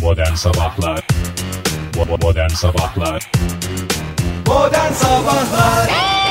Modern Sabahlar. Modern Sabahlar. Modern Sabahlar.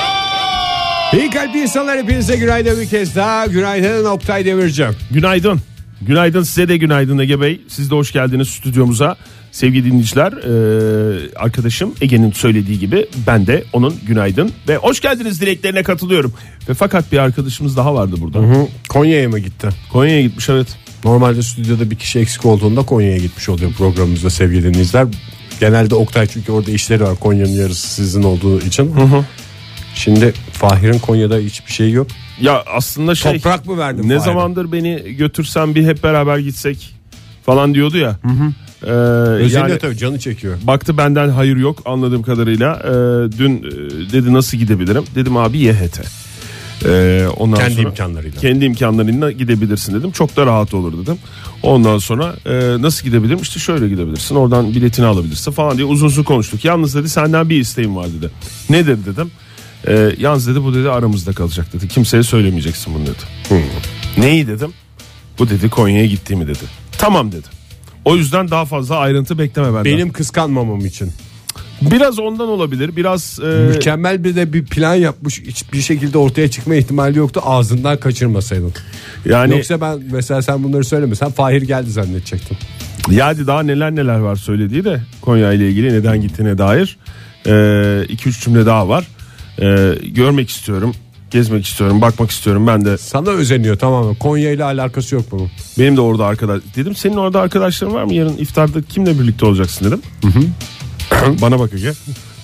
İyi kalpli insanlar, hepinize günaydın bir kez daha. Günaydın Oktay Demirci. Günaydın. Günaydın size de, günaydın Ege Bey. Siz de hoş geldiniz stüdyomuza. Sevgili dinleyiciler, arkadaşım Ege'nin söylediği gibi ben de onun günaydın ve hoş geldiniz dileklerine katılıyorum. Ve fakat bir arkadaşımız daha vardı burada. Konya'ya mı gitti? Konya'ya gitmiş, evet. Normalde stüdyoda bir kişi eksik olduğunda Konya'ya gitmiş oluyor programımızda sevgili dinleyiciler. Genelde Oktay, çünkü orada işleri var, Konya'nın yarısı sizin olduğu için. Şimdi Fahir'in Konya'da hiçbir şey yok. Ya aslında Toprak mı verdin ne Fahir'e? Zamandır beni götürsen bir hep beraber gitsek falan diyordu ya. Özeniyor Yani tabii, canı çekiyor. baktı benden hayır yok anladığım kadarıyla. Dün dedi nasıl gidebilirim? Dedim abi YHT. Ondan Kendi sonra, imkanlarıyla. Kendi imkanlarıyla gidebilirsin dedim. Çok da rahat olur dedim. Ondan sonra nasıl gidebilirim? İşte şöyle gidebilirsin. Oradan biletini alabilirsin falan diye uzun uzun konuştuk. Yalnız dedi senden bir isteğim var dedi. Nedir dedim. Yalnız dedi bu dedi aramızda kalacak dedi. Kimseye söylemeyeceksin bunu dedi. Neyi dedim? Bu dedi Konya'ya gittiğimi dedi. Tamam dedi. O yüzden daha fazla ayrıntı bekleme benden. Benim kıskanmamam için. Biraz ondan olabilir. Biraz Mükemmel bir plan yapmış. Hiçbir şekilde ortaya çıkma ihtimali yoktu. Ağzından kaçırmasaydın. yani Yoksa ben mesela sen bunları söylemesen Fahir geldi zannedecektim. yani daha neler var söylediği de Konya ile ilgili neden gittiğine dair 2-3 cümle daha var. Görmek istiyorum, gezmek istiyorum, bakmak istiyorum. Ben de Sana özeniyor tamamen. Konya ile alakası yok bunun. benim de orada arkadaş dedim. Senin orada arkadaşların var mı? Yarın iftarda kimle birlikte olacaksın dedim. Bana bak Ege.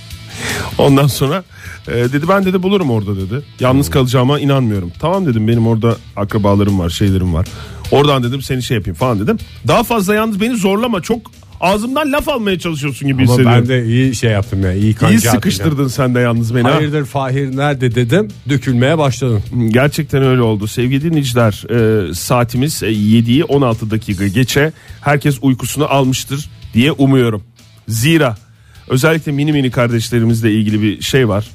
Ondan sonra dedi ben dedi bulurum orada dedi. Yalnız kalacağıma inanmıyorum. Tamam dedim, benim orada akrabalarım var, şeylerim var. Oradan dedim seni şey yapayım falan dedim. Daha fazla yalnız beni zorlama, çok ağzımdan laf almaya çalışıyorsun gibi Ama hissediyorum. ben de iyi şey yaptım ya. İyi kanca İyi attım sıkıştırdın ya. sen de yalnız beni. ha. Hayırdır Fahir nerede dedim. Dökülmeye başladın. Gerçekten öyle oldu. Sevgili dinleyiciler, saatimiz 7'yi 16 dakika geçe. Herkes uykusunu almıştır diye umuyorum. Zira özellikle mini kardeşlerimizle ilgili bir şey var.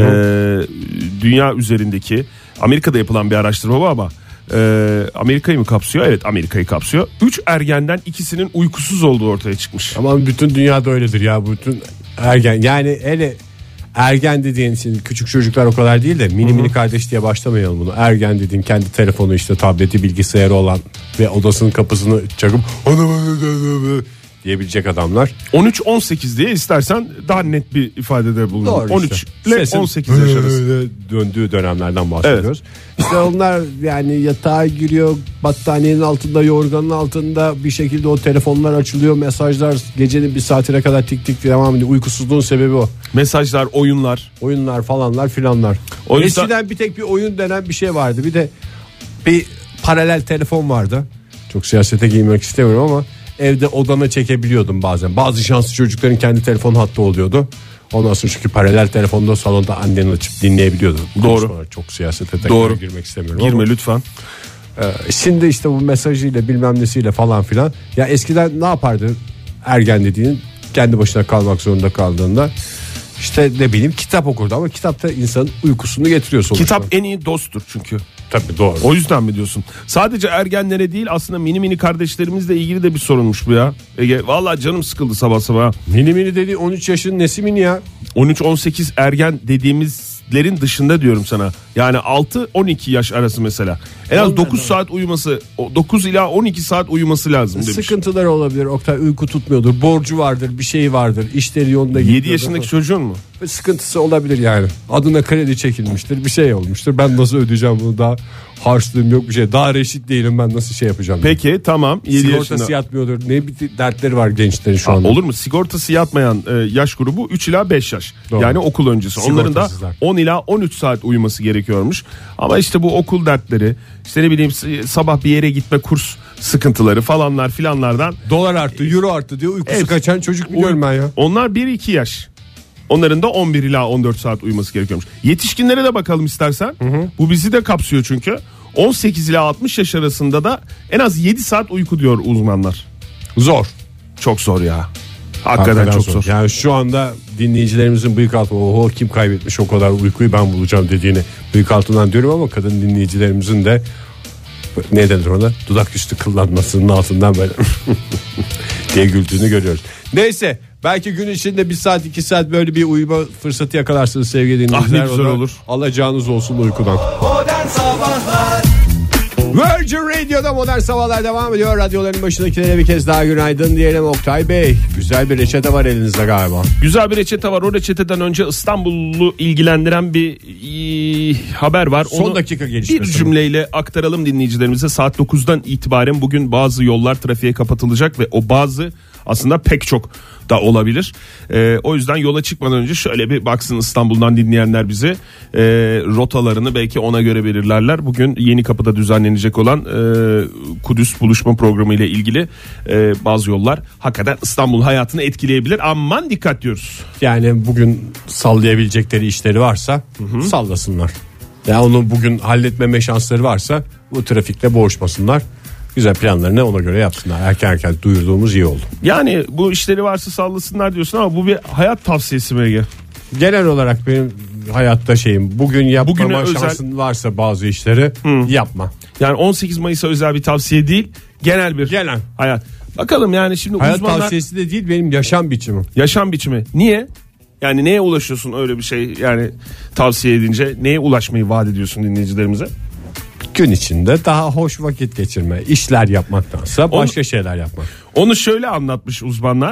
Dünya üzerindeki, Amerika'da yapılan bir araştırma var ama Amerika'yı mı kapsıyor? Evet, Amerika'yı kapsıyor. 3 ergenden ikisinin uykusuz olduğu ortaya çıkmış. Ama bütün dünyada öyledir ya. Bütün ergen, yani hele ergen dediğin, şimdi küçük çocuklar o kadar değil de mini kardeş diye başlamayalım bunu. Ergen dediğin kendi telefonu, işte tableti, bilgisayarı olan ve odasının kapısını çakıp diyebilecek adamlar. 13-18 diye istersen daha net bir ifadede bulunur. Doğru 13 işte. ile Sesin 18 yaş arası. döndüğü dönemlerden bahsediyoruz. İşte onlar yani yatağa giriyor, battaniyenin altında, yorganın altında bir şekilde o telefonlar açılıyor, mesajlar gecenin bir saatine kadar tik tik devam ediyor. Uykusuzluğun sebebi o. Mesajlar, Oyunlar falanlar filanlar. O yüzden- Eskiden bir tek bir oyun denen bir şey vardı. Bir de bir paralel telefon vardı. Çok siyasete girmek istemiyorum ama evde odana çekebiliyordum bazen. Bazı şanslı çocukların kendi telefon hattı oluyordu. Ondan sonra çünkü paralel telefonda salonda anneni açıp dinleyebiliyordu. Doğru. Çok siyasete tekrar Doğru. girmek istemiyorum. Girme ama, lütfen. şimdi işte bu mesajıyla bilmem nesiyle falan filan. Ya eskiden ne yapardı ergen dediğin, kendi başına kalmak zorunda kaldığında işte ne bileyim kitap okurdu, ama kitapta insanın uykusunu getiriyor sonuçta. Kitap en iyi dosttur çünkü. Tabii doğru. O yüzden mi diyorsun? Sadece ergenlere değil, aslında mini kardeşlerimizle ilgili de bir sorunmuş bu ya. Ege, vallahi canım sıkıldı sabah sabah. Mini dediği 13 yaşın nesi mini ya? 13-18 ergen dediğimizlerin dışında diyorum sana. Yani 6-12 yaş arası mesela. En az 9 saat uyuması, 9 ila 12 saat uyuması lazım demiş. Sıkıntıları olabilir Oktay, uyku tutmuyordur, borcu vardır, bir şey vardır, işleri yolunda 7 yaşındaki çocuğun mu? sıkıntısı olabilir yani. Adına kredi çekilmiştir, bir şey olmuştur. Ben nasıl ödeyeceğim bunu, daha harçlığım yok, bir şey. Daha reşit değilim, ben nasıl şey yapacağım? Peki tamam. 7 Sigortası yaşında. yatmıyordur. Ne bir dertleri var gençlerin şu anda. Olur mu? Sigortası yatmayan yaş grubu 3 ila 5 yaş. Doğru. Yani okul öncesi. Onların da Sigortasızlar. 10 ila 13 saat uyuması gerekiyormuş. Ama işte bu okul dertleri, işte ne bileyim sabah bir yere gitme, kurs sıkıntıları falanlar filanlardan. Dolar arttı, euro arttı diye uykusu Evet. kaçan çocuk biliyorum ben ya. Onlar 1-2 yaş. Onların da 11 ila 14 saat uyuması gerekiyormuş. Yetişkinlere de bakalım istersen. Bu bizi de kapsıyor çünkü. 18 ila 60 yaş arasında da en az 7 saat uyku diyor uzmanlar. Zor. Çok zor ya. Hakikaten çok zor. Yani şu anda dinleyicilerimizin bıyık altı, oho kim kaybetmiş o kadar uykuyu ben bulacağım dediğini bıyık altından diyorum, ama kadın dinleyicilerimizin de ne denir ona, dudak üstü kıllanmasının altından böyle diye güldüğünü görüyoruz. Neyse, belki gün içinde 1 saat 2 saat böyle bir uyuma fırsatı yakalarsınız sevgili dinleyiciler. ne güzel olur. Alacağınız olsun uykudan. Modern Sabahlar Virgin Radio'da Modern Sabahlar devam ediyor. Radyoların başındakilere bir kez daha günaydın diyelim. Oktay Bey, güzel bir reçete var elinizde galiba. Güzel bir reçete var. O reçeteden önce İstanbul'u ilgilendiren bir haber var. Son dakika gelişmesi. Bir cümleyle aktaralım dinleyicilerimize. Saat 9'dan itibaren bugün bazı yollar trafiğe kapatılacak ve o bazı aslında pek çok da olabilir. O yüzden yola çıkmadan önce şöyle bir baksın İstanbul'dan dinleyenler bizi. Rotalarını belki ona göre belirlerler. Bugün Yenikapı'da düzenlenecek olan Kudüs buluşma programı ile ilgili bazı yollar hakikaten İstanbul hayatını etkileyebilir. Aman dikkat diyoruz. Yani bugün sallayabilecekleri işleri varsa sallasınlar. Ya onu bugün halletmeme şansları varsa bu trafikte boğuşmasınlar. Güzel planlarını ona göre yapsınlar. Erken duyurduğumuz iyi oldu. Yani bu işleri varsa sallasınlar diyorsun ama bu bir hayat tavsiyesi mi Ege? Genel olarak benim hayatta şeyim, bugün yapmama Bugüne şansın özel... varsa bazı işleri yapma. Yani 18 Mayıs'a özel bir tavsiye değil, genel bir hayat. Bakalım yani şimdi hayat uzmanlar... tavsiyesi de değil, benim yaşam biçimim. Yaşam biçimi. Niye? Yani neye ulaşıyorsun öyle bir şey yani tavsiye edince? Neye ulaşmayı vaat ediyorsun dinleyicilerimize? Gün içinde daha hoş vakit geçirme, işler yapmaktansa başka şeyler yapmak. Onu şöyle anlatmış uzmanlar.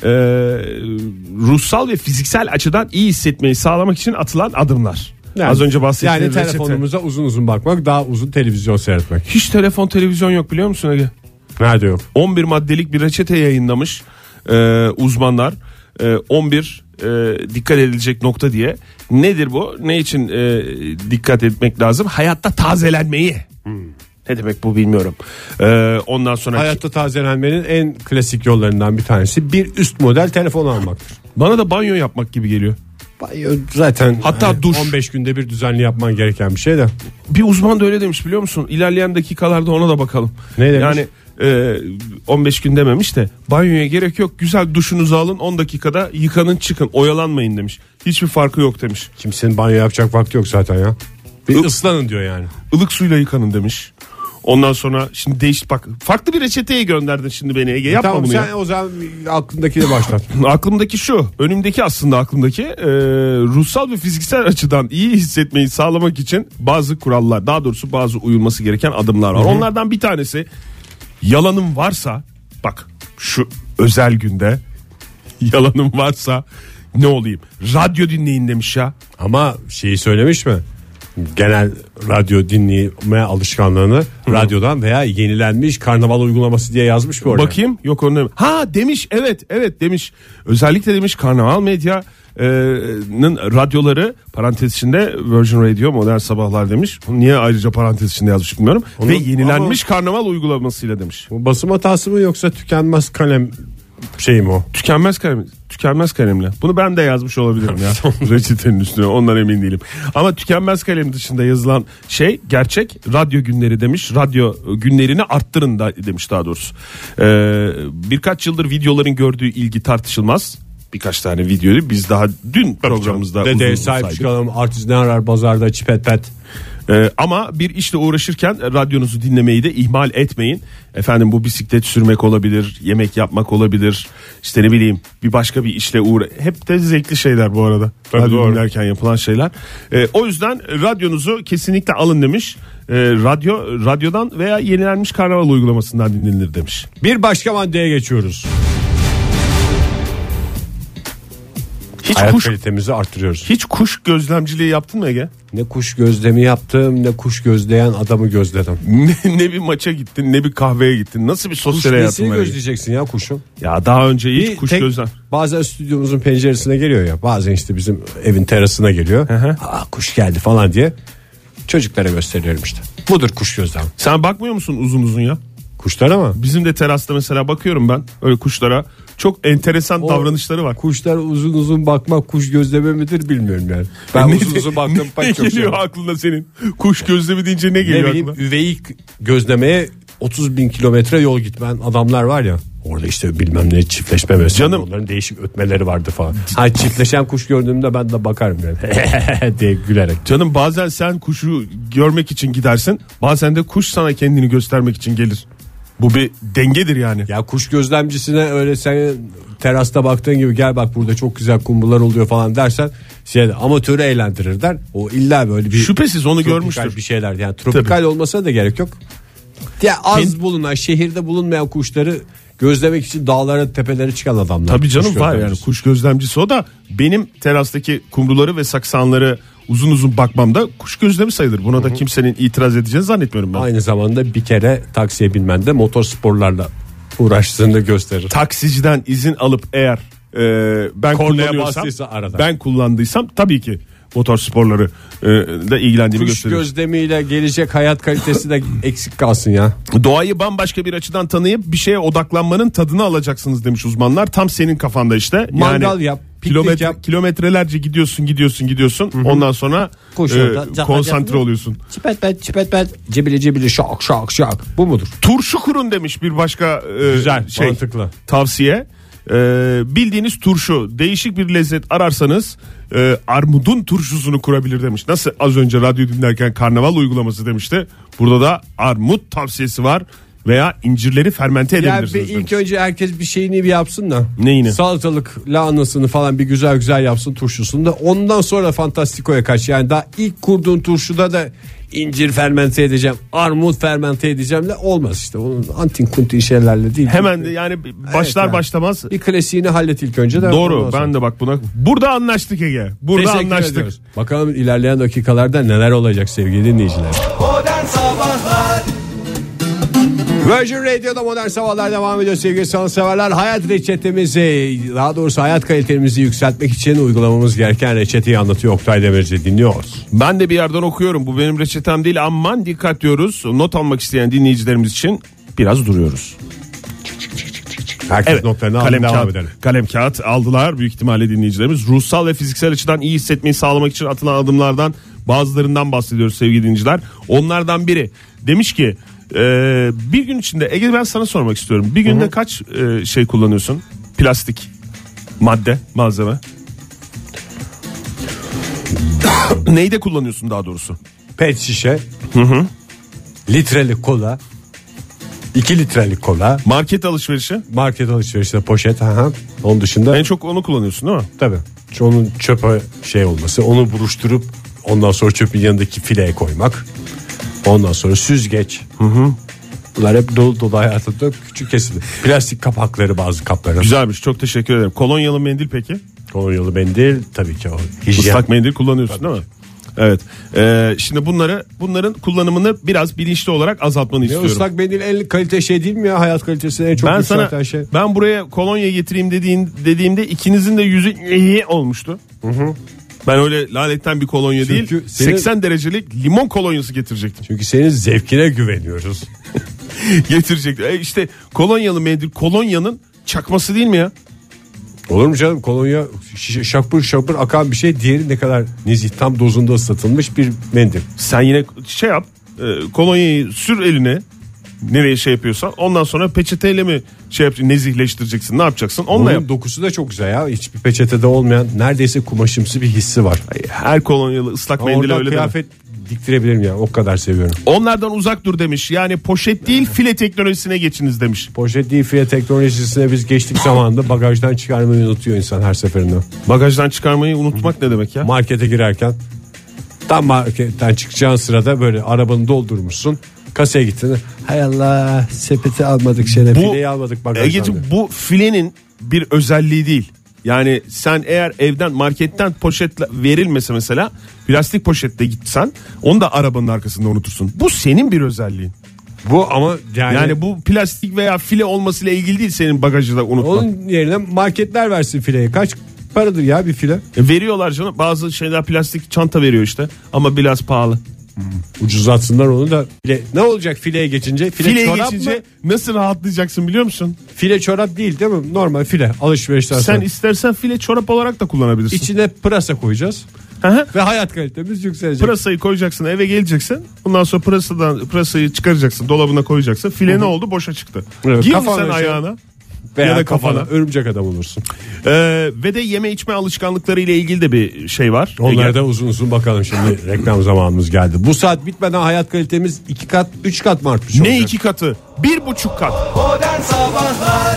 Ruhsal ve fiziksel açıdan iyi hissetmeyi sağlamak için atılan adımlar. Yani, az önce bahsettiğim yani telefonumuza uzun uzun bakmak, daha uzun televizyon seyretmek. Hiç televizyon yok biliyor musun Ege? Nerede yok? 11 maddelik bir reçete yayınlamış uzmanlar. 11 dikkat edilecek nokta diye. Nedir bu? Ne için dikkat etmek lazım? Hayatta tazelenmeyi. Ne demek bu bilmiyorum. Ondan sonra hayatta tazelenmenin en klasik yollarından bir tanesi bir üst model telefon almaktır. Bana da banyo yapmak gibi geliyor. Banyo zaten hatta duş 15 günde bir düzenli yapman gereken bir şey de. Bir uzman da öyle demiş biliyor musun? İlerleyen dakikalarda ona da bakalım. Ne demiş? Yani 15 gün dememiş de banyoya gerek yok, güzel duşunuzu alın, 10 dakikada yıkanın çıkın, oyalanmayın demiş. Hiçbir farkı yok demiş. Kimsenin banyo yapacak vakti yok zaten ya. Bir ıslanın diyor yani. Ilık suyla yıkanın demiş. Ondan sonra şimdi bak farklı bir reçeteye gönderdin şimdi beni Ege, yapma tamam, bunu ya. Sen o zaman aklındakini başlat. Aklımdaki şu, önümdeki aslında aklımdaki ruhsal ve fiziksel açıdan iyi hissetmeyi sağlamak için bazı kurallar, daha doğrusu bazı uyulması gereken adımlar var. Onlardan bir tanesi, yalanım varsa, bak şu özel günde yalanım varsa ne olayım, radyo dinleyin demiş ya. Ama şeyi söylemiş mi? Genel radyo dinleme alışkanlığını radyodan veya yenilenmiş karnaval uygulaması diye yazmış mı oraya? Bakayım, yok onu demiş, evet demiş. Özellikle demiş Karnaval Medya'nın radyoları, parantez içinde Virgin Radio Modern Sabahlar demiş. Niye ayrıca parantez içinde yazmış bilmiyorum. Ve yenilenmiş karnaval uygulamasıyla demiş. Bu basım hatası mı yoksa tükenmez kalem şey mi o? Tükenmez kalemle. Bunu ben de yazmış olabilirim ya. Reçetenin üstüne, ondan emin değilim. Ama tükenmez kalem dışında yazılan şey gerçek. Radyo günleri demiş. Radyo günlerini arttırın da demiş daha doğrusu. Birkaç yıldır videoların gördüğü ilgi tartışılmaz. Birkaç tane videoyu biz daha dün programımızda Dede sahip çıkalım, artist ne arar pazarda çipet pet. Ama bir işle uğraşırken radyonuzu dinlemeyi de ihmal etmeyin. Efendim bu bisiklet sürmek olabilir, yemek yapmak olabilir, işte ne bileyim bir başka bir işle hep de zevkli şeyler bu arada. Tabii radyo doğru. dinlerken yapılan şeyler. O yüzden radyonuzu kesinlikle alın demiş. Radyodan veya yenilenmiş karnaval uygulamasından dinlenir demiş. Bir başka maddeye geçiyoruz. Hayat kalitemizi artırıyoruz. Hiç kuş gözlemciliği yaptın mı Ege? Ne kuş gözlemi yaptım, ne kuş gözleyen adamı gözledim. Ne bir maça gittin, ne bir kahveye gittin. Nasıl bir sosyal hayatın var? Kuş nesini gözleyeceksin ya kuşun? Ya daha önce hiç kuş gözlem. Bazen stüdyomuzun penceresine geliyor ya. Bazen işte bizim evin terasına geliyor. Kuş geldi falan diye. Çocuklara gösteriyorum işte. Budur kuş gözlem. Sen bakmıyor musun uzun uzun ya? Kuşlara mı? Bizim de terasta mesela bakıyorum ben öyle kuşlara. Çok enteresan davranışları var. Kuşlar uzun uzun bakmak kuş gözleme midir bilmiyorum yani. Ben uzun uzun baktım. Ne geliyor aklına senin? Kuş gözlemi deyince ne geliyor aklına? Üveyi gözlemeye 30 bin kilometre yol gitmen adamlar var ya. Orada işte bilmem ne çiftleşme mesela. Canım. Onların değişik ötmeleri vardı falan. Çiftleşen kuş gördüğümde ben de bakarım yani. diye gülerek. Canım bazen sen kuşu görmek için gidersin. Bazen de kuş sana kendini göstermek için gelir. Bu bir dengedir yani. Ya kuş gözlemcisine öyle sen terasta baktığın gibi gel bak burada çok güzel kumrular oluyor falan dersen amatörü eğlendirir der. O illa böyle bir Şüphesiz onu tropikal görmüştür. bir şeyler yani tropikal olmasına da gerek yok. Ya bulunan şehirde bulunmayan kuşları gözlemek için dağlara tepelere çıkan adamlar. Tabii canım kuş var yani gözlemcisi. kuş gözlemcisi o da benim terastaki kumruları ve saksanları uzun uzun bakmamda kuş gözlemi sayılır. Buna da kimsenin itiraz edeceğini zannetmiyorum ben. Aynı zamanda bir kere taksiye binmen de motor sporlarla uğraştığını gösterir. Taksiciden izin alıp eğer ben Kornaya kullanıyorsam, bastıysa arada. ben kullandıysam tabii ki motor sporları da ilgilendiğimi Kuş gösteriyor. gözlemiyle gelecek hayat kalitesi de eksik kalsın ya. Doğayı bambaşka bir açıdan tanıyıp bir şeye odaklanmanın tadını alacaksınız demiş uzmanlar. Tam senin kafanda işte. Mangal yap, piknik yap. Kilometrelerce gidiyorsun. Ondan sonra konsantre oluyorsun. Çipet cibili şak. Bu mudur? Turşu kurun demiş bir başka Güzel, mantıklı. tavsiye. Bildiğiniz turşu, değişik bir lezzet ararsanız armudun turşusunu kurabilir demiş. Nasıl az önce radyo dinlerken karnaval uygulaması demişti. Burada da armut tavsiyesi var. Veya incirleri fermente edebilirsiniz. Yani ilk önce herkes bir şeyini bir yapsın da. Neyini? Salatalık lahanasını falan bir güzel yapsın, turşusunu da. Ondan sonra fantastikoya kaç. Yani daha ilk kurduğun turşuda da incir fermente edeceğim, armut fermente edeceğim de olmaz işte. Onun antin kuntin şeylerle değil. Hemen de yani başlar başlamaz. Bir klasiğini hallet ilk önce de. Doğru, ben de bak buna. Burada anlaştık Ege. Burada Teşekkür anlaştık. ediyoruz. Bakalım ilerleyen dakikalarda neler olacak sevgili dinleyiciler. Modern Sabahlar Virgin Radio'da Modern Sabahlar devam ediyor sevgili sanatseverler. Hayat reçetemizi, daha doğrusu hayat kalitemizi yükseltmek için uygulamamız gereken reçeteyi anlatıyor Oktay Demirci, dinliyoruz. Ben de bir yerden okuyorum. Bu benim reçetem değil. Aman dikkat diyoruz. Not almak isteyen dinleyicilerimiz için biraz duruyoruz. Herkes Evet, notlarını alın, devam edelim. kalem kağıt aldılar büyük ihtimalle dinleyicilerimiz. Ruhsal ve fiziksel açıdan iyi hissetmeyi sağlamak için atılan adımlardan bazılarından bahsediyoruz sevgili dinleyiciler. Onlardan biri demiş ki bir gün içinde Ege, ben sana sormak istiyorum. Bir günde kaç şey kullanıyorsun? Plastik malzeme. Neyde kullanıyorsun daha doğrusu? Pet şişe, litrelik kola, 2 litrelik kola, Market alışverişi. market alışverişinde poşet. Onun dışında En çok onu kullanıyorsun değil mi? tabii onun çöpe şey olması, onu buruşturup ondan sonra çöpün yanındaki fileye koymak. Ondan sonra süzgeç. Bunlar hep dolu hayatımda küçük kesim. Plastik kapakları bazı kapların. Güzelmiş, çok teşekkür ederim. Kolonyalı mendil peki? Kolonyalı mendil tabii ki o. Hijyen. Islak mendil kullanıyorsun değil mi? Evet. Şimdi bunların kullanımını biraz bilinçli olarak azaltmanı Ya istiyorum. ıslak mendil en kalite şey değil mi ya? Hayat kalitesini en çok yükselten şey. Ben buraya kolonya getireyim dediğimde ikinizin de yüzü iyi olmuştu. Ben öyle laletten bir kolonya Çünkü değil, senin- 80 derecelik limon kolonyası getirecektim. Çünkü senin zevkine güveniyoruz. Getirecektim. İşte kolonyalı mendil kolonyanın çakması değil mi ya? Olur mu canım, kolonya şapır akan bir şey, diğeri ne kadar nezih, tam dozunda ıslatılmış bir mendil. Sen yine şey yap, kolonyayı sür eline, nereye şey yapıyorsan, ondan sonra peçeteyle mi şey yap, nezihleştireceksin, ne yapacaksın onunla Onun yap. dokusu da çok güzel ya, hiçbir peçetede olmayan neredeyse kumaşımsı bir hissi var. Her kolonyalı ıslak mendil Oradan öyle değil mi? kıyafet diktirebilirim ya, o kadar seviyorum. Onlardan uzak dur demiş. Yani poşet değil file teknolojisine geçiniz demiş. Poşet değil file teknolojisine biz geçtik zamanında, bagajdan çıkarmayı unutuyor insan her seferinde. Bagajdan çıkarmayı unutmak ne demek ya? Markete girerken tam marketten çıkacağın sırada böyle arabanı doldurmuşsun. Kasaya gittin. Hay Allah, sepeti almadık, fileyi almadık bagajdan. Egeciğim, bu filenin bir özelliği değil. Yani sen eğer evden marketten poşetle verilmese mesela, plastik poşetle gitsen onu da arabanın arkasında unutursun. Bu senin bir özelliğin. Bu ama Yani bu plastik veya file olmasıyla ilgili değil senin bagajı da unutmak. onun yerine marketler versin fileyi. Kaç paradır ya bir file? Veriyorlar canım, bazı şeyler plastik çanta veriyor işte ama biraz pahalı. Ucuzlatsınlar onu da. Ne olacak fileye geçince? Fileye çorap geçince mı? nasıl rahatlayacaksın biliyor musun? File çorap değil mi? Normal file alışverişten Sen sonra. istersen file çorap olarak da kullanabilirsin. İçine pırasa koyacağız. Hı hı. Ve hayat kalitemiz yükselecek. Pırasayı koyacaksın, eve geleceksin. Ondan sonra pırasayı çıkaracaksın, dolabına koyacaksın. File ne oldu? Boşa çıktı. Evet, Giy kafana sen şey- ayağına. Veya ya da kafana kafana. örümcek adam olursun. Ve de yeme içme alışkanlıkları ile ilgili de bir şey var. Onlara da uzun uzun bakalım şimdi. Reklam zamanımız geldi. Bu saat bitmeden hayat kalitemiz 2 kat 3 kat mı artmış Ne olacak? 2 katı? 1,5 kat. Modern Sabahlar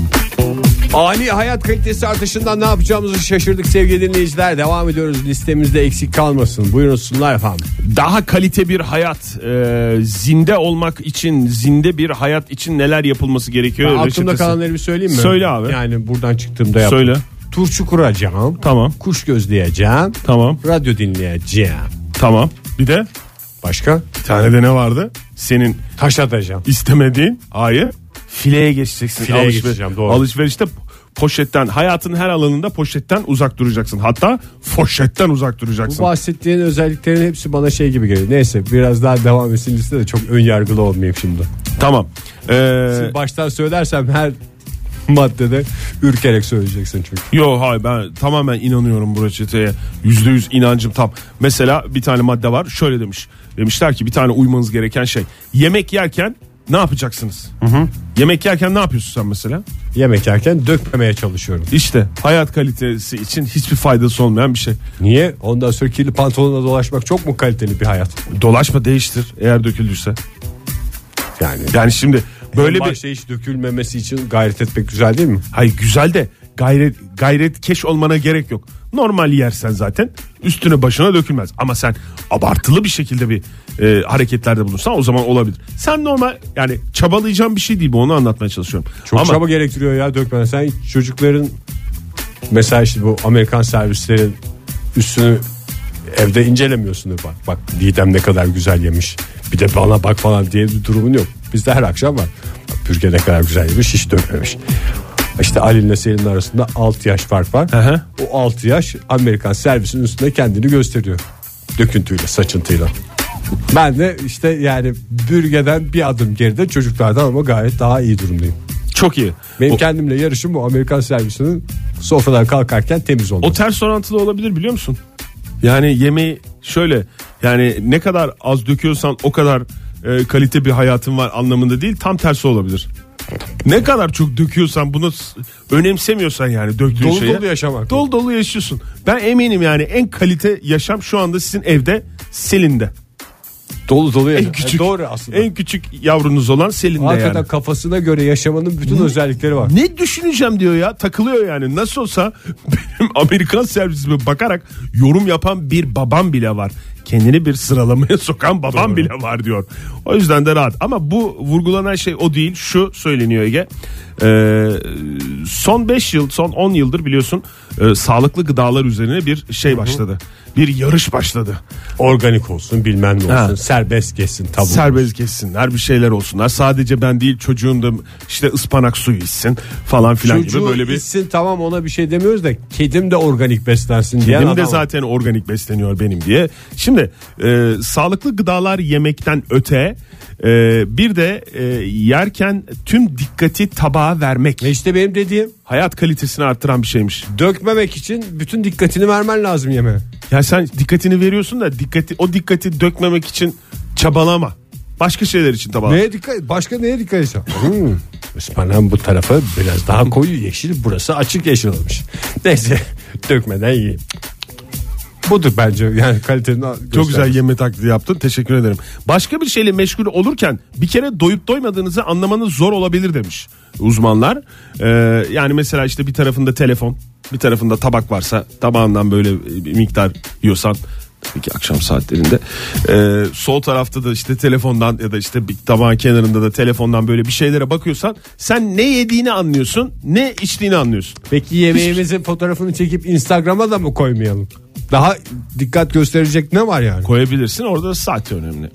Ani hayat kalitesi artışından ne yapacağımızı şaşırdık sevgili dinleyiciler. Devam ediyoruz, listemizde eksik kalmasın. Buyursunlar efendim. Daha kalite bir hayat, zinde olmak için, zinde bir hayat için neler yapılması gerekiyor? Ben aklımda reçetesi. kalanları bir söyleyeyim mi? Söyle abi. Yani buradan çıktığımda yaptım. Söyle. Turşu kuracağım. Tamam. Kuş gözleyeceğim. Tamam. Radyo dinleyeceğim. Tamam. Bir de Başka? bir tane de ne vardı? Senin Taş atacağım. istemediğin. Hayır. Fileye geçeceksin. Fileye geçeceğim, doğru. Alışverişte poşetten, hayatın her alanında poşetten uzak duracaksın. Hatta foşetten uzak Bu duracaksın. bahsettiğin özelliklerin hepsi bana şey gibi geliyor. Neyse biraz daha devam etsin liste de çok ön yargılı olmayayım şimdi. Tamam. Baştan söylersem her maddede ürkerek söyleyeceksin çünkü. Yo hayır, ben tamamen inanıyorum bu reçeteye. %100 inancım tam. Mesela bir tane madde var, şöyle demiş. Demişler ki bir tane uymanız gereken şey. Yemek yerken ne yapacaksınız? Yemek yerken ne yapıyorsun sen mesela? Yemek yerken dökmemeye çalışıyorum. İşte hayat kalitesi için hiçbir faydası olmayan bir şey. Niye? Ondan sonra kirli pantolonla dolaşmak çok mu kaliteli bir hayat? Dolaşma, değiştir eğer döküldüyse. Yani Şimdi böyle bir başta hiç dökülmemesi için gayret etmek güzel değil mi? hayır, güzel de gayret keş olmana gerek yok. Normal yersen zaten üstüne başına dökülmez. Ama sen abartılı bir şekilde bir hareketlerde bulunsan o zaman olabilir. Sen normal, yani çabalayacağın bir şey değil bu, onu anlatmaya çalışıyorum. Çok Ama çaba gerektiriyor ya dökmeden. Sen çocukların mesela işte bu Amerikan servislerin üstünü evde incelemiyorsun. Bak Didem ne kadar güzel yemiş. Bir de bana bak falan diye bir durumun yok. Bizde her akşam var. Bak Bürge ne kadar güzel yemiş, hiç dökmemiş. İşte Ali ile Selin'in arasında 6 yaş fark var. Hı. O 6 yaş Amerikan servisinin üstünde kendini gösteriyor. Döküntüyle, saçıntıyla. Ben de işte yani Bürge'den bir adım geride çocuklardan ama gayet daha iyi durumdayım. çok iyi. Benim O, kendimle yarışım bu Amerikan servisinin sofradan kalkarken temiz olması. o ters orantılı olabilir, biliyor musun? Yani yemeği şöyle, yani ne kadar az döküyorsan o kadar kalite bir hayatın var anlamında değil, tam tersi olabilir. Ne kadar çok döküyorsan, bunu önemsemiyorsan yani döktüğün Dolu şeye. dolu yaşamak. Dolu dolu yaşıyorsun. Ben eminim yani en kalite yaşam şu anda sizin evde Selin'de. Dolu dolu yaşamak. En küçük, Doğru aslında. en küçük yavrunuz olan Selin'de Hakikaten yani. kafasına göre yaşamanın bütün özellikleri var. Ne düşüneceğim diyor ya, takılıyor yani. Nasıl olsa benim Amerikan servisime bakarak yorum yapan bir babam bile var. Kendini bir sıralamaya sokan babam bile var diyor. O yüzden de rahat. Ama bu vurgulanan şey o değil. Şu söyleniyor Ege. Son 5 yıl, son 10 yıldır biliyorsun sağlıklı gıdalar üzerine bir şey başladı. Bir yarış başladı. Organik olsun, bilmem ne olsun, Ha. serbest geçsin tabii. Serbest geçsinler, bir şeyler olsunlar. Sadece ben değil, çocuğum da işte ıspanak suyu içsin falan filan gibi Çocuğu böyle bir. içsin, tamam, ona bir şey demiyoruz da kedim de organik beslensin diye. Kedim de zaten organik besleniyor benim diye. Şimdi sağlıklı gıdalar yemekten öte bir de yerken tüm dikkati tabağa vermek. Ve işte benim dediğim, Hayat kalitesini arttıran bir şeymiş. dökmemek için bütün dikkatini vermen lazım yemeğe. Ya sen dikkatini veriyorsun da o dikkati dökmemek için çabalama. Başka şeyler için çabalama. Neye dikkat? Başka neye dikkat edeceğim? Ispanağın bu tarafı biraz daha koyu yeşil, burası açık yeşil olmuş. Neyse, dökmeden yiyeyim. Budur bence yani kalitenin Çok güzel yeme taklidi yaptın. Teşekkür ederim. Başka bir şeyle meşgul olurken bir kere doyup doymadığınızı anlamanız zor olabilir demiş uzmanlar. Yani mesela işte bir tarafında telefon, bir tarafında tabak varsa tabağından böyle bir miktar yiyorsan, tabii ki akşam saatlerinde, sol tarafta da işte telefondan ya da işte bir tabağın kenarında da telefondan böyle bir şeylere bakıyorsan sen ne yediğini anlıyorsun, ne içtiğini anlıyorsun. Peki yemeğimizin fotoğrafını çekip Instagram'a da mı koymayalım? Daha dikkat gösterecek ne var yani? Koyabilirsin, orada saat önemli.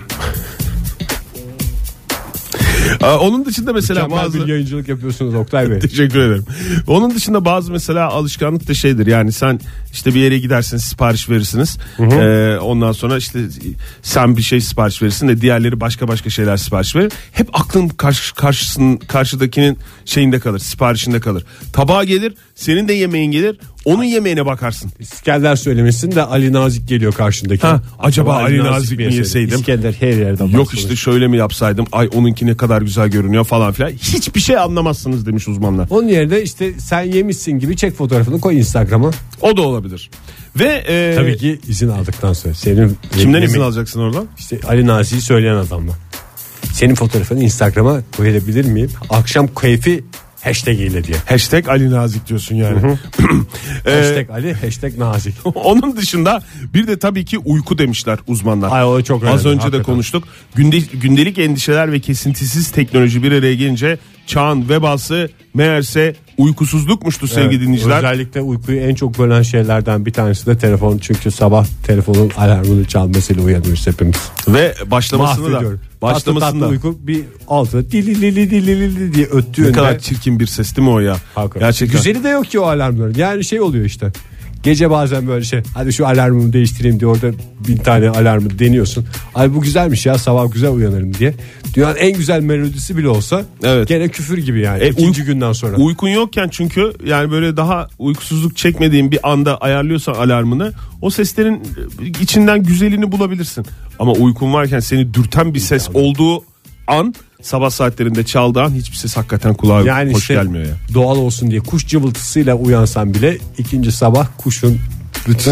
Onun dışında mesela Mükemmel bazı bir yayıncılık yapıyorsunuz Oktay Bey. teşekkür ederim. Onun dışında bazı mesela alışkanlık da şeydir. Yani sen işte bir yere gidersiniz, sipariş verirsiniz. Ondan sonra işte sen bir şey sipariş verirsin de diğerleri başka şeyler sipariş verir. Hep aklın karşıdakinin şeyinde kalır, siparişinde kalır. Tabağa gelir, senin de yemeğin gelir. Onun yemeğine bakarsın. İskender söylemişsin de Ali Nazik geliyor karşındaki. Acaba Ali Nazik mi yeseydim? İskender her yerden Yok işte şöyle mi yapsaydım? Ay onunki ne kadar güzel görünüyor falan filan. Hiçbir şey anlamazsınız demiş uzmanlar. Onun yerine işte sen yemişsin gibi çek fotoğrafını koy Instagram'a. O da olabilir. Ve tabii ki izin aldıktan sonra. Senin kimden izin alacaksın oradan? İşte Ali Nazik'i söyleyen adamla. Senin fotoğrafını Instagram'a koyabilir miyim? Akşam keyfi hashtag ile diye. Hashtag Ali Nazik diyorsun yani. Hashtag Ali, hashtag Nazik. Onun dışında bir de tabii ki uyku demişler uzmanlar. Ay, o çok önemli. Az önce Hakikaten de konuştuk. Gündelik endişeler ve kesintisiz teknoloji bir araya gelince çağın vebası meğerse uykusuzlukmuştu sevgili dinleyiciler. Özellikle uykuyu en çok bölen şeylerden bir tanesi de telefon. Çünkü sabah telefonun alarmını çalmasıyla uyanıyoruz hepimiz. Ve başlamasını tatlı uyku bir altına dili diye öttüğünde. Ne kadar çirkin bir ses değil mi o ya? Hakikaten. Gerçekten. Güzeli de yok ki o alarmların. Yani şey oluyor işte. Gece bazen böyle şey, hadi şu alarmımı değiştireyim diye orada 1000 tane alarmı deniyorsun. Ay bu güzelmiş ya, sabah güzel uyanırım diye. Dünyanın en güzel melodisi bile olsa gene küfür gibi yani. İkinci günden sonra. Uykun yokken çünkü yani böyle daha uykusuzluk çekmediğin bir anda ayarlıyorsan alarmını, o seslerin içinden güzelini bulabilirsin. Ama uykun varken seni dürten bir ses olduğu an, sabah saatlerinde çaldığı an hiçbir ses hakikaten kulağa yani hoş işte gelmiyor ya. Doğal olsun diye kuş cıvıltısıyla uyansan bile ikinci sabah kuşun bütün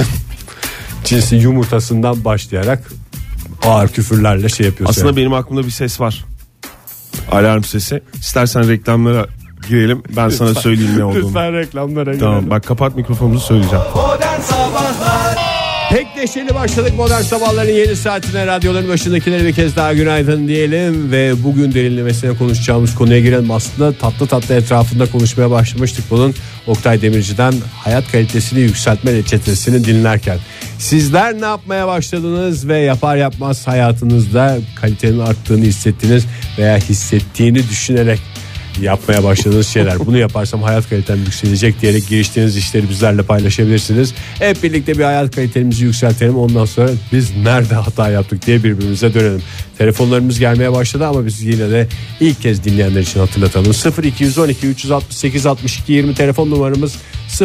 cinsi yumurtasından başlayarak ağır küfürlerle şey yapıyorsun. Aslında yani. benim aklımda bir ses var. Alarm sesi. İstersen reklamlara girelim. Ben sana söyleyeyim ne olduğunu. Lütfen reklamlara girelim. Tamam, bak kapat mikrofonumuzu söyleyeceğim. Modern Sabahlar. Pek neşeli başladık Modern Sabahların yeni saatine. Radyoların başındakilere bir kez daha günaydın diyelim ve bugün derinlemesine konuşacağımız konuya girelim. Aslında tatlı etrafında konuşmaya başlamıştık bunun. Oktay Demirci'den hayat kalitesini yükseltme reçetesini dinlerken. Sizler ne yapmaya başladınız ve yapar yapmaz hayatınızda kalitenin arttığını hissettiniz veya hissettiğini düşünerek yapmaya başladığınız şeyler. Bunu yaparsam hayat kalitem yükselecek diyerek giriştiğiniz işleri bizlerle paylaşabilirsiniz. Hep birlikte bir hayat kalitemizi yükseltelim. Ondan sonra biz nerede hata yaptık diye birbirimize dönelim. Telefonlarımız gelmeye başladı ama biz yine de ilk kez dinleyenler için hatırlatalım. 0212 368 62 20 telefon numaramız,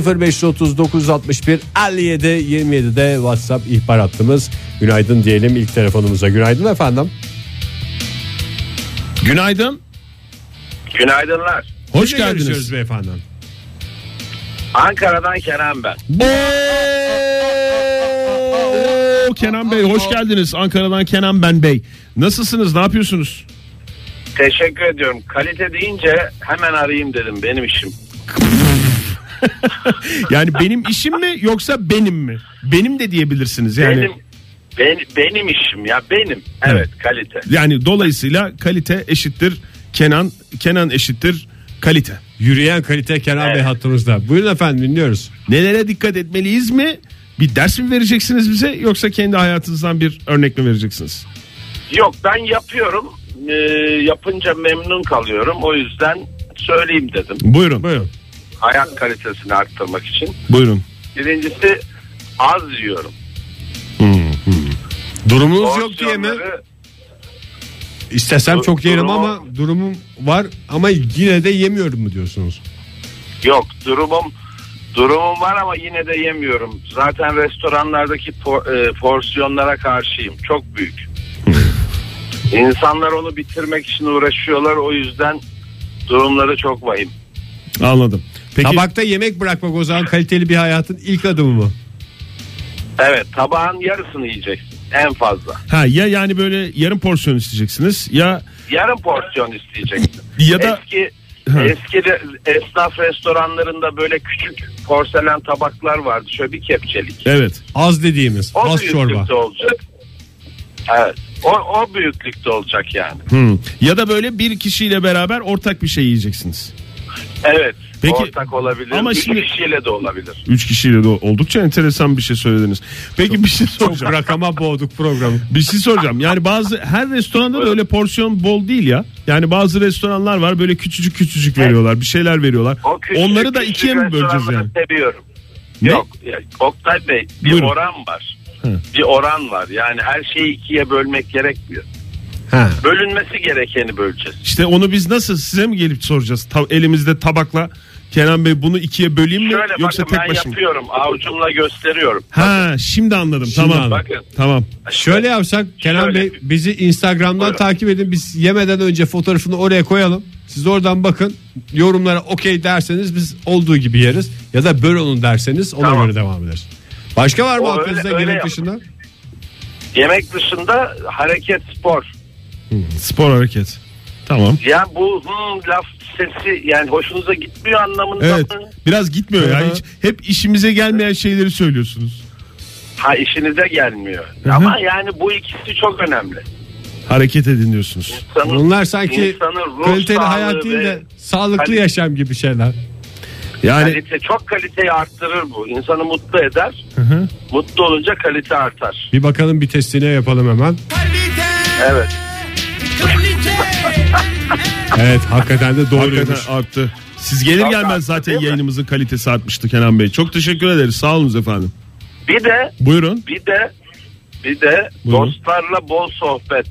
0539 61 57 27 de WhatsApp ihbar hattımız. Günaydın diyelim ilk telefonumuza. Günaydın efendim. Günaydın. Günaydınlar. Hoş geldiniz beyefendi. Ankara'dan Kenan ben. Kenan Bey hoş geldiniz. Ankara'dan Kenan ben Bey. Nasılsınız? Ne yapıyorsunuz? Teşekkür ediyorum. Kalite deyince hemen arayayım dedim, benim işim. Yani benim işim mi yoksa benim mi? Benim de diyebilirsiniz yani. Benim işim ya, benim. Evet, kalite. Yani dolayısıyla kalite eşittir Kenan eşittir kalite. Yürüyen kalite Kenan Bey hattımızda. Buyurun efendim, dinliyoruz. Nelere dikkat etmeliyiz mi? Bir ders mi vereceksiniz bize, yoksa kendi hayatınızdan bir örnek mi vereceksiniz? Yok, ben yapıyorum. Yapınca memnun kalıyorum. O yüzden söyleyeyim dedim. Buyurun. Hayat kalitesini arttırmak için. Buyurun. Birincisi, az yiyorum. Durumunuz yok diye mi? İstesem çok yerim ama durumum var ama yine de yemiyorum mu diyorsunuz? Yok, durumum var ama yine de yemiyorum. Zaten restoranlardaki porsiyonlara karşıyım. Çok büyük. İnsanlar onu bitirmek için uğraşıyorlar. O yüzden durumları çok vahim. Anladım. Peki, tabakta yemek bırakmak o zaman kaliteli bir hayatın ilk adımı mı? Evet, tabağın yarısını yiyeceksin en fazla. Ya yani böyle yarım porsiyon isteyeceksiniz ya yarım porsiyon isteyeceksin. Ya da eski esnaf restoranlarında böyle küçük porselen tabaklar vardı, şöyle bir kepçelik. Evet. Az dediğimiz, o az çorba. Olacak. Evet. O büyüklükte olacak yani. Ya da böyle bir kişiyle beraber ortak bir şey yiyeceksiniz. Evet. Peki, ortak olabilir. ama 3 şimdi, kişiyle de olabilir. 3 kişiyle de oldukça enteresan bir şey söylediniz. Peki bir şey soracağım. Çok rakama boğduk programı. Bir şey soracağım. Yani her restoranda da öyle porsiyon bol değil ya. Yani bazı restoranlar var böyle küçücük veriyorlar. Bir şeyler veriyorlar. Onları da ikiye mi böleceğiz yani? Seviyorum. Ne? Yok. Oktay Bey, bir Buyurun. oran var. Bir oran var. Yani her şeyi ikiye bölmek gerekmiyor. Bölünmesi gerekeni böleceğiz. İşte onu biz nasıl, size mi gelip soracağız? Elimizde tabakla Kenan Bey bunu ikiye böleyim mi Şöyle yoksa bakın, tek ben başıma? yapıyorum. Avucumla gösteriyorum. Ha, şimdi anladım. Tamam. Bakın. Tamam. Şöyle yapsak Kenan Şöyle. Bey, bizi Instagram'dan Buyurun. takip edin. Biz yemeden önce fotoğrafını oraya koyalım. Siz oradan bakın. Yorumlara okey derseniz biz olduğu gibi yeriz. Ya da böl onu derseniz ona Tamam. göre devam ederiz. Başka var mı O aklınızda öyle yemek yap. dışında? Yemek dışında hareket, spor. Spor hareket. Tamam. Ya bu laf sesi yani hoşunuza gitmiyor anlamında Evet. mı? Biraz gitmiyor ya. Hı hı. Hiç, hep işimize gelmeyen şeyleri söylüyorsunuz. Ha, işinize gelmiyor. Hı hı. Ama yani bu ikisi çok önemli. Hareket edin diyorsunuz. Bunlar sanki insanın ruh kaliteli sağlığı hayat değil ve de sağlıklı kalite- yaşam gibi şeyler. Yani çok kaliteyi arttırır bu. İnsanı mutlu eder. hı. Mutlu olunca kalite artar. Bir bakalım bir testine yapalım hemen. Evet. Evet, hakikaten de doğruymuş. hakikaten arttı. Siz gelir Çok gelmez arttı, zaten değil mi? yayınımızın kalitesi artmıştı Kenan Bey. Çok teşekkür ederiz. Sağ olunuz efendim. Bir de Buyurun. Buyurun. dostlarla bol sohbet.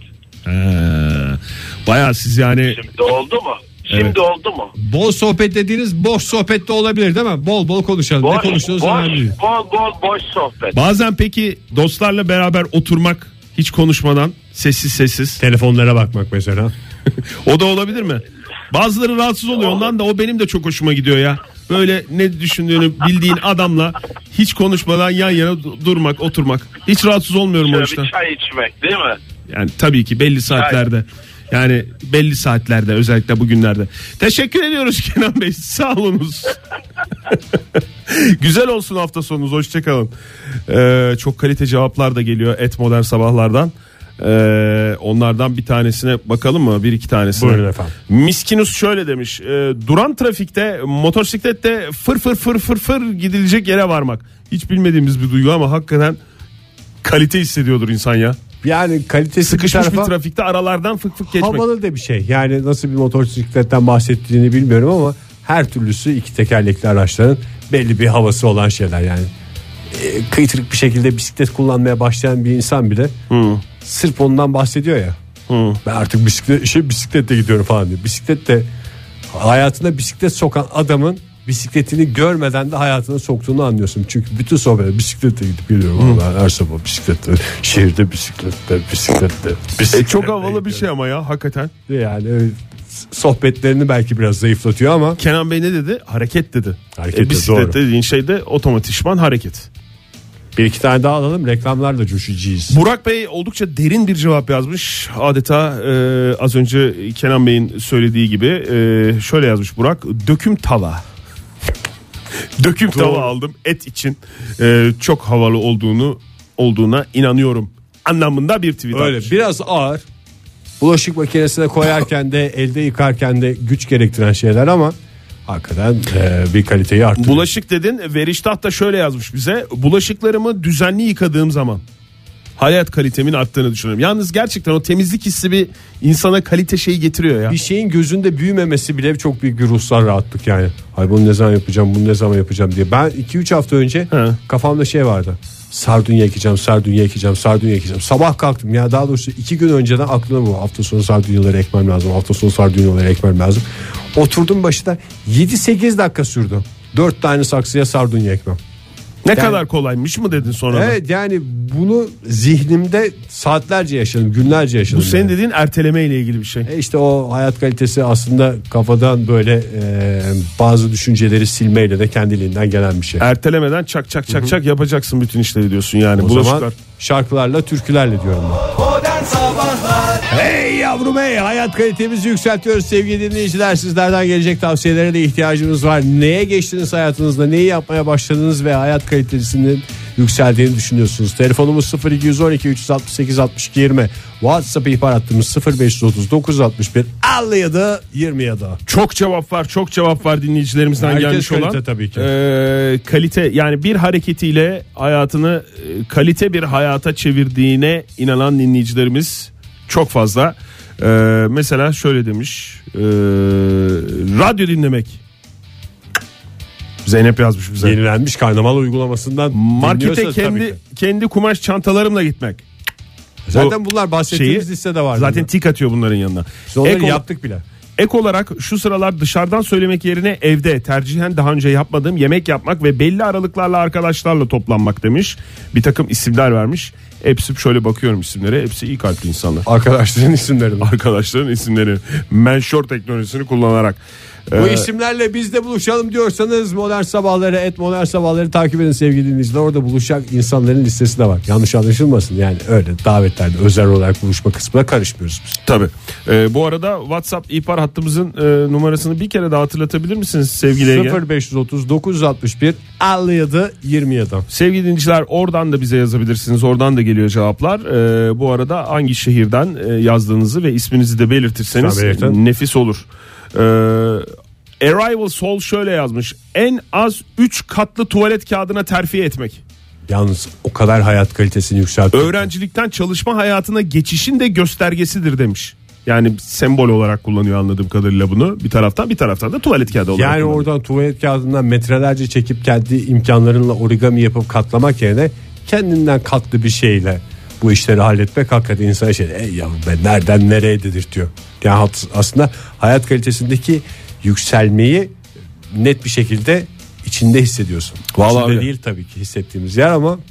Bayağı siz yani Şimdi oldu mu? Şimdi Evet. oldu mu? Bol sohbet dediğiniz boş sohbet de olabilir değil mi? Bol bol konuşalım. Ne konuştuğunuz önemli değil. Boş sohbet. bazen peki dostlarla beraber oturmak hiç konuşmadan sessiz Telefonlara bakmak mesela. o da olabilir mi? Bazıları rahatsız oluyor ondan da, o benim de çok hoşuma gidiyor ya. Böyle ne düşündüğünü bildiğin adamla hiç konuşmadan yan yana durmak, oturmak. Hiç rahatsız olmuyorum o Şöyle işten. bir çay içmek değil mi? Yani tabii ki belli saatlerde. Yani belli saatlerde, özellikle bugünlerde. Teşekkür ediyoruz Kenan Bey. Sağ olunuz. Güzel olsun hafta sonunuz. Hoşçakalın. Çok kalite cevaplar da geliyor Modern Sabahlardan. Onlardan bir tanesine bakalım mı? Bir iki tanesine. Buyurun efendim. Miskinus şöyle demiş. Duran trafikte motosiklette fır gidilecek yere varmak. Hiç bilmediğimiz bir duygu ama hakikaten kalite hissediyordur insan ya. Yani kalitesi Sıkışmış bir bir tarafa trafikte aralardan fık geçmek. havalı da bir şey. Yani nasıl bir motosikletten bahsettiğini bilmiyorum ama her türlüsü iki tekerlekli araçların belli bir havası olan şeyler yani. Kıytırık bir şekilde bisiklet kullanmaya başlayan bir insan bile sırf ondan bahsediyor ya. Ben artık bisikletle gidiyorum falan diyor. Bisikletle hayatına bisiklet sokan adamın bisikletini görmeden de hayatına soktuğunu anlıyorsun. Çünkü bütün sohbet bisikletle gidip geliyorum. Ben her sabah bisikletle, şehirde bisikletle. Çok havalı bir şey ama ya hakikaten. Yani sohbetlerini belki biraz zayıflatıyor ama Kenan Bey ne dedi? Hareket dedi. Hareket, bisiklet doğru. dediğin şey de otomatikman hareket. bir iki tane daha alalım, reklamlarla coşacağız. Burak Bey oldukça derin bir cevap yazmış. Adeta az önce Kenan Bey'in söylediği gibi şöyle yazmış Burak. Döküm tava. Döküm tava aldım et için. Çok havalı olduğuna inanıyorum anlamında bir tweet Öyle atmış. biraz ağır. Bulaşık makinesine koyarken de elde yıkarken de güç gerektiren şeyler ama hakikaten bir kaliteyi arttırıyor. Bulaşık dedin, Veriştah da şöyle yazmış bize. Bulaşıklarımı düzenli yıkadığım zaman hayat kalitemin arttığını düşünüyorum. Yalnız gerçekten o temizlik hissi bir insana kalite şeyi getiriyor ya. Bir şeyin gözünde büyümemesi bile çok büyük bir ruhsal rahatlık yani. Hay bunu ne zaman yapacağım, bunu ne zaman yapacağım diye. Ben 2-3 hafta önce kafamda şey vardı. Sardunya ekeceğim. Sabah kalktım ya, daha doğrusu 2 gün önceden aklıma bu. Hafta sonu sardunyaları ekmem lazım. Oturdum başına 7-8 dakika sürdü. 4 tane saksıya sardunya ekmem. Ne kadar kolaymış mı dedin sonra? Evet yani bunu zihnimde saatlerce yaşadım, günlerce yaşadım. Bu senin yani. dediğin erteleme ile ilgili bir şey. İşte o hayat kalitesi aslında kafadan böyle bazı düşünceleri silmeyle de kendiliğinden gelen bir şey. Ertelemeden çak yapacaksın bütün işleri diyorsun yani. O Bulaşıklar. zaman şarkılarla, türkülerle diyorum ben. Modern Sabahlar Hey yavrum hey, hayat kalitemizi yükseltiyoruz sevgili dinleyiciler. Sizlerden gelecek tavsiyelere de ihtiyacımız var. Neye geçtiniz hayatınızda, neyi yapmaya başladınız ve hayat kalitesinin yükseldiğini düşünüyorsunuz? Telefonumuz 0212 368 62 20. WhatsApp ihbar hattımız 0530 961 57 27. Çok cevap var dinleyicilerimizden Herkes gelmiş kalite olan. tabii ki. Kalite yani bir hareketiyle hayatını kalite bir hayata çevirdiğine inanan dinleyicilerimiz çok fazla. Mesela şöyle demiş. Radyo dinlemek. Zeynep yazmış bize. Yenilenmiş karnaval uygulamasından Markete dinliyorsa tabii ki. kendi kumaş çantalarımla gitmek. Zaten bunlar bahsettiğimiz listede var. Zaten tik atıyor bunların yanına. Biz onları yaptık bile. Ek olarak şu sıralar dışarıdan söylemek yerine evde tercihen daha önce yapmadığım yemek yapmak ve belli aralıklarla arkadaşlarla toplanmak demiş. Bir takım isimler vermiş. Hepsi şöyle bakıyorum isimlere. Hepsi iyi kalpli insanlar. Arkadaşların isimleri mi? Arkadaşların isimleri. Menşor teknolojisini kullanarak. Bu isimlerle biz de buluşalım diyorsanız Modern Sabahları @Modern Sabahları takip edin sevgili dinleyiciler. Orada buluşacak insanların listesi de var. Yanlış anlaşılmasın, yani öyle davetlerde özel olarak buluşma kısmına karışmıyoruz biz. Tabii. Bu arada WhatsApp ihbar hattımızın numarasını bir kere daha hatırlatabilir misiniz sevgili Ege? 0530 961 57 27. Sevgili dinleyiciler, oradan da bize yazabilirsiniz. Oradan da geliyor cevaplar. Bu arada hangi şehirden yazdığınızı ve isminizi de belirtirseniz nefis olur. Arrival Soul şöyle yazmış: en az 3 katlı tuvalet kağıdına terfi etmek. Yalnız o kadar hayat kalitesini yükseltiyor. Öğrencilikten çalışma hayatına geçişin de göstergesidir demiş. Yani sembol olarak kullanıyor anladığım kadarıyla bunu. Bir taraftan da tuvalet kağıdı olarak yani kullanıyor. Oradan tuvalet kağıdından metrelerce çekip kendi imkanlarınla origami yapıp katlamak yerine kendinden katlı bir şeyle bu işleri halletmek hakikaten insana ey yavrum ben nereden nereye dedirtiyor. Yani aslında hayat kalitesindeki yükselmeyi net bir şekilde içinde hissediyorsun. Vallahi İçinde öyle. değil tabii ki hissettiğimiz yer ama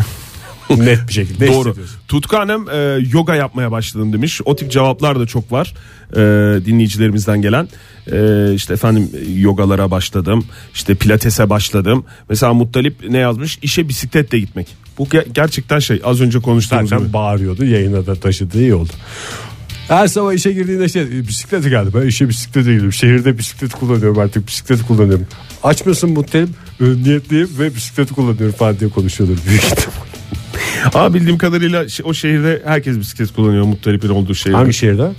net bir şekilde Doğru. hissediyorsun. Tutku Hanım yoga yapmaya başladım demiş. O tip cevaplar da çok var dinleyicilerimizden gelen. İşte efendim yogalara başladım, işte pilatese başladım. Mesela Muttalip ne yazmış? İşe bisikletle gitmek. Bu gerçekten az önce konuştuğumuz Zaten gibi. bağırıyordu, yayına da taşıdığı iyi oldu. Her sabah işe girdiğinde bisiklete geldi. Ben işe bisiklete gidiyorum. Şehirde bisiklet kullanıyorum artık. Bisiklet kullanıyorum. Açmasın Muttalip, niyetliyim ve bisiklet kullanıyorum falan diye konuşuyordur büyük ihtimal. Bildiğim kadarıyla o şehirde herkes bisiklet kullanıyor, Muttalip'in olduğu şehirde. Hangi şehirde?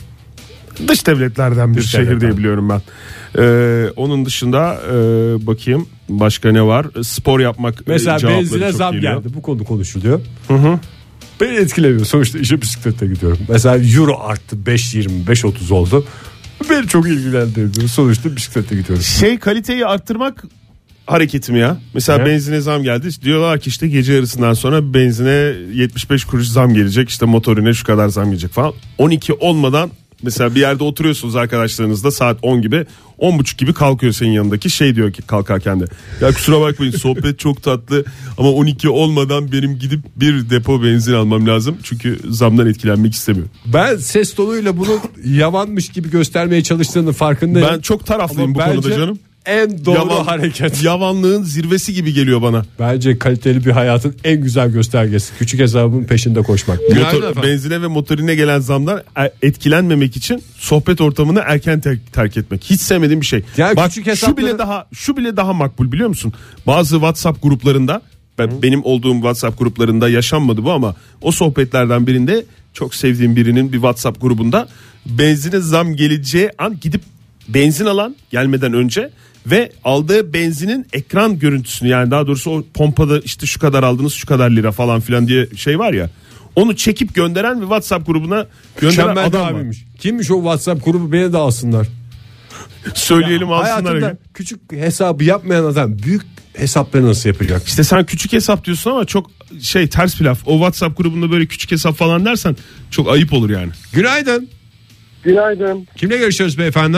Dış devletlerden bir şehir devletlerden diye biliyorum ben. Onun dışında bakayım başka ne var? Spor yapmak. Mesela cevapları benzine çok zam geliyor. geldi. Bu konu konuşuluyor. Beni etkilemiyor. Sonuçta işe bisikletle gidiyorum. Mesela euro arttı, 5.20 5.30 oldu. Beni çok ilgilendirmiyor. Sonuçta bisikletle gidiyorum. Kaliteyi arttırmak hareketim ya. Mesela Ne? benzine zam geldi. Diyorlar ki işte gece yarısından sonra benzine 75 kuruş zam gelecek. İşte motorine şu kadar zam gelecek falan. 12 olmadan mesela bir yerde oturuyorsunuz arkadaşlarınızla saat 10 gibi. 10.30 gibi kalkıyor senin yanındaki, diyor ki kalkarken de: ya kusura bakmayın sohbet çok tatlı ama 12 olmadan benim gidip bir depo benzin almam lazım. Çünkü zamdan etkilenmek istemiyorum. Ben ses tonuyla bunu yavanmış gibi göstermeye çalıştığının farkındayım. Ben çok taraflıyım Ama bu konuda bence canım. En doğru hareket. Yavanlığın zirvesi gibi geliyor bana. Bence kaliteli bir hayatın en güzel göstergesi. Küçük hesabın peşinde koşmak. Benzine ve motorine gelen zamdan etkilenmemek için sohbet ortamını erken terk etmek. Hiç sevmediğim bir şey. Yani bak küçük hesapları... şu bile daha makbul, biliyor musun? Bazı WhatsApp gruplarında, benim olduğum WhatsApp gruplarında yaşanmadı bu ama o sohbetlerden birinde çok sevdiğim birinin bir WhatsApp grubunda benzine zam geleceği an gidip benzin alan, gelmeden önce, ve aldığı benzinin ekran görüntüsünü, yani daha doğrusu o pompada işte şu kadar aldınız şu kadar lira falan filan diye var ya, onu çekip gönderen ve WhatsApp grubuna gönderen adam var. Kimmiş o WhatsApp grubu, beni de alsınlar. Söyleyelim alsınlar. Hayatında küçük hesabı yapmayan adam büyük hesapları nasıl yapacak? İşte sen küçük hesap diyorsun ama çok ters bir laf. O WhatsApp grubunda böyle küçük hesap falan dersen çok ayıp olur yani. Günaydın. Günaydın. Kimle görüşüyoruz beyefendi?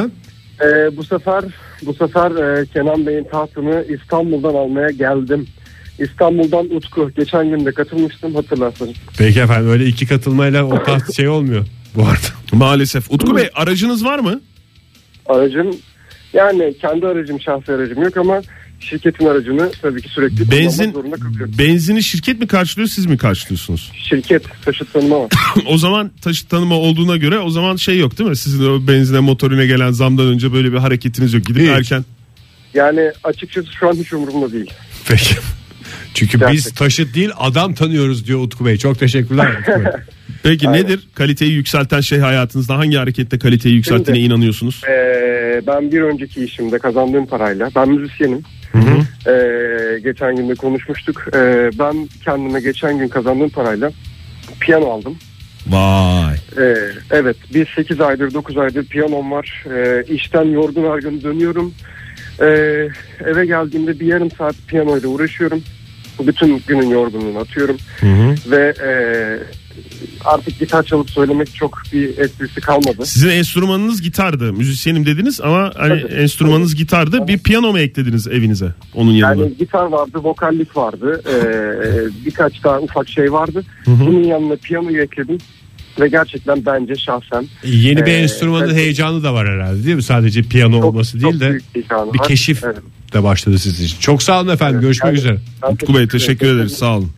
Bu sefer Kenan Bey'in tahtını İstanbul'dan almaya geldim. İstanbul'dan Utku. Geçen gün de katılmıştım, hatırlarsınız. Peki efendim, öyle iki katılmayla o taht olmuyor bu arada. Maalesef. Utku Bey, aracınız var mı? Aracım, yani kendi aracım, şahsi aracım yok ama şirketin aracını tabii ki sürekli kullanmak zorunda kalıyorum. Benzini şirket mi karşılıyor, siz mi karşılıyorsunuz? Şirket, taşıt tanıma var. O zaman taşıt tanıma olduğuna göre o zaman yok değil mi? Sizin o benzine motorine gelen zamdan önce böyle bir hareketiniz yok. Gidip erken. Yani açıkçası şu an hiç umurumda değil. Peki. Çünkü Gerçekten. biz taşıt değil adam tanıyoruz diyor Utku Bey. Çok teşekkürler Utku Bey. Peki Aynen. nedir kaliteyi yükselten hayatınızda? Hangi harekette kaliteyi yükselttiğine inanıyorsunuz? Ben bir önceki işimde kazandığım parayla, ben müzisyenim. Geçen gün de konuşmuştuk. Ben kendime geçen gün kazandığım parayla piyano aldım. Vay. Evet, bir 8 aydır 9 aydır piyanom var. İşten yorgun argın dönüyorum. Eve geldiğimde bir yarım saat piyanoyla uğraşıyorum. Bütün günün yorgunluğunu atıyorum. Ve artık gitar çalıp söylemek çok bir esprisi kalmadı. Sizin enstrümanınız gitardı. Müzisyenim dediniz ama hani Tabii. enstrümanınız gitardı. Evet. Bir piyano mu eklediniz evinize onun yanına? Yani gitar vardı, vokallik vardı, birkaç daha ufak şey vardı. Bunun yanına piyanoyu ekledim ve gerçekten bence şahsen Yeni bir enstrümanın ben- heyecanı da var herhalde değil mi? Sadece piyano olması çok değil de büyük heyecanı bir var. keşif Evet. de başladı sizin için. Çok sağ olun efendim. Görüşmek Yani- üzere. Ben Utku Bey teşekkür ederiz, sağ olun.